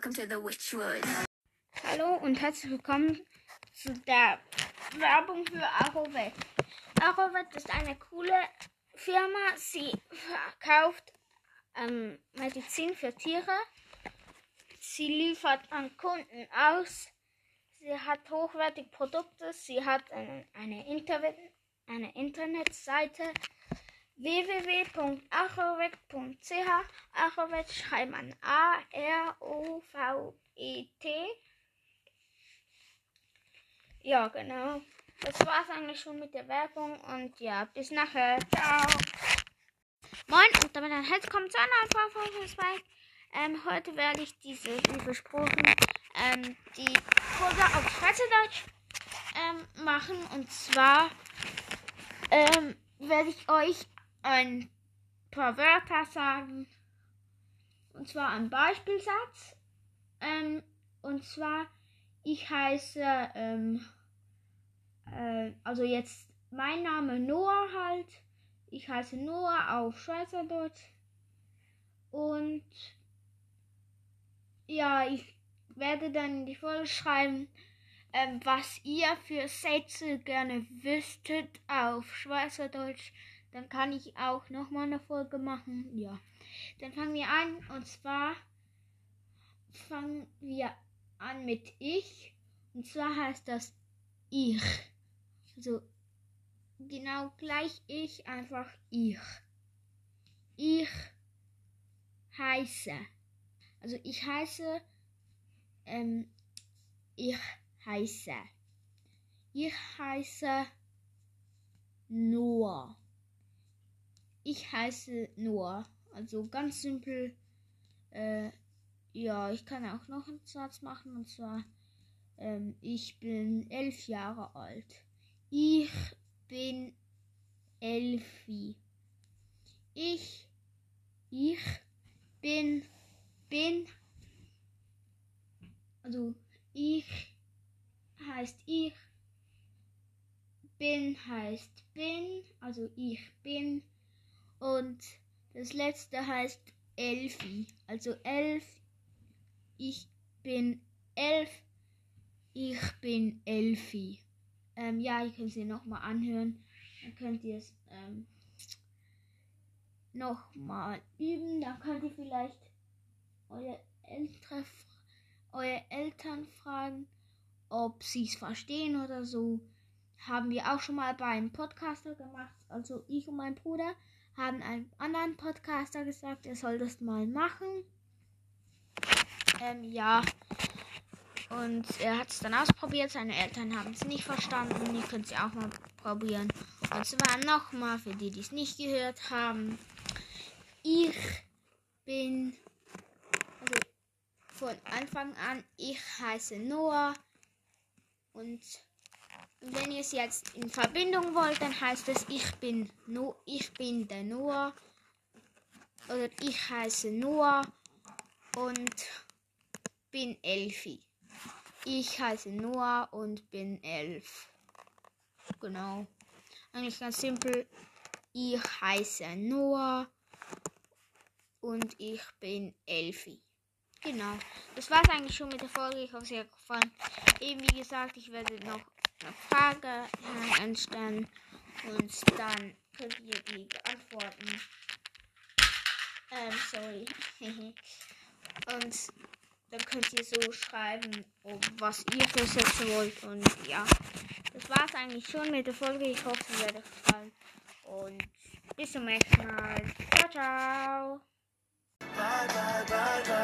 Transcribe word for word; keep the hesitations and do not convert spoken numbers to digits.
Welcome to the Witchwood. Hallo und herzlich willkommen zu der Werbung für Arovet. Arovet ist eine coole Firma. Sie verkauft ähm, Medizin für Tiere. Sie liefert an Kunden aus. Sie hat hochwertige Produkte. Sie hat eine, eine, Internet, eine Internetseite w w w punkt arovet punkt c h. Arovet schreibt man A R O V E T. Ja, genau. Das war's eigentlich schon mit der Werbung und ja, bis nachher. Ciao. Moin und damit ein herzlich willkommen zu einer neuen Folge von zwei. Ähm, heute werde ich diese, wie versprochen, ähm, die Folge auf Schweizerdeutsch ähm, machen. Und zwar ähm, werde ich euch ein paar Wörter sagen. Und zwar ein Beispielsatz. Ähm, und zwar, ich heiße, ähm, äh, also jetzt mein Name Noah halt. Ich heiße Noah auf Schweizerdeutsch. Und ja, ich werde dann in die Folge schreiben, ähm, was ihr für Sätze gerne wüsstet auf Schweizerdeutsch. Dann kann ich auch nochmal eine Folge machen. Ja, dann fangen wir an. Und zwar fangen wir an mit ich. Und zwar heißt das ich. Also genau gleich ich, einfach ich. Ich heiße. Also ich heiße, ähm, ich heiße. Ich heiße Noah. Ich heiße Noah. Also ganz simpel. Äh, ja, ich kann auch noch einen Satz machen. Und zwar, ähm, ich bin elf Jahre alt. Ich bin Elfi. Ich, ich bin, bin, also ich heißt ich, bin heißt bin, also ich bin, und das letzte heißt Elfi, also elf, ich bin elf, ich bin Elfi. Ähm, ja, ihr könnt sie nochmal anhören, dann könnt ihr es ähm, nochmal üben, dann könnt ihr vielleicht eure Eltern, eure Eltern fragen, ob sie es verstehen oder so. Haben wir auch schon mal bei einem Podcaster gemacht. Also ich und mein Bruder haben einem anderen Podcaster gesagt, er soll das mal machen. Ähm, ja. Und er hat es dann ausprobiert. Seine Eltern haben es nicht verstanden. Ihr könnt es auch mal probieren. Und zwar nochmal für die, die es nicht gehört haben. Ich bin, also von Anfang an, ich heiße Noah. Und wenn ihr es jetzt in Verbindung wollt, dann heißt es, ich bin no, ich bin der Noah. Oder ich heiße Noah und bin Elfi. Ich heiße Noah und bin elf. Genau. Eigentlich ganz simpel. Ich heiße Noah und ich bin Elfi. Genau. Das war es eigentlich schon mit der Folge. Ich hoffe, es hat gefallen. Eben wie gesagt, ich werde noch eine Frage einstellen und dann könnt ihr die beantworten. Ähm, sorry. Und dann könnt ihr so schreiben, was ihr für Sätze wollt. Und ja, das war es eigentlich schon mit der Folge. Ich hoffe, es hat euch gefallen. Und bis zum nächsten Mal. Ciao, ciao. Bye, bye, bye, bye.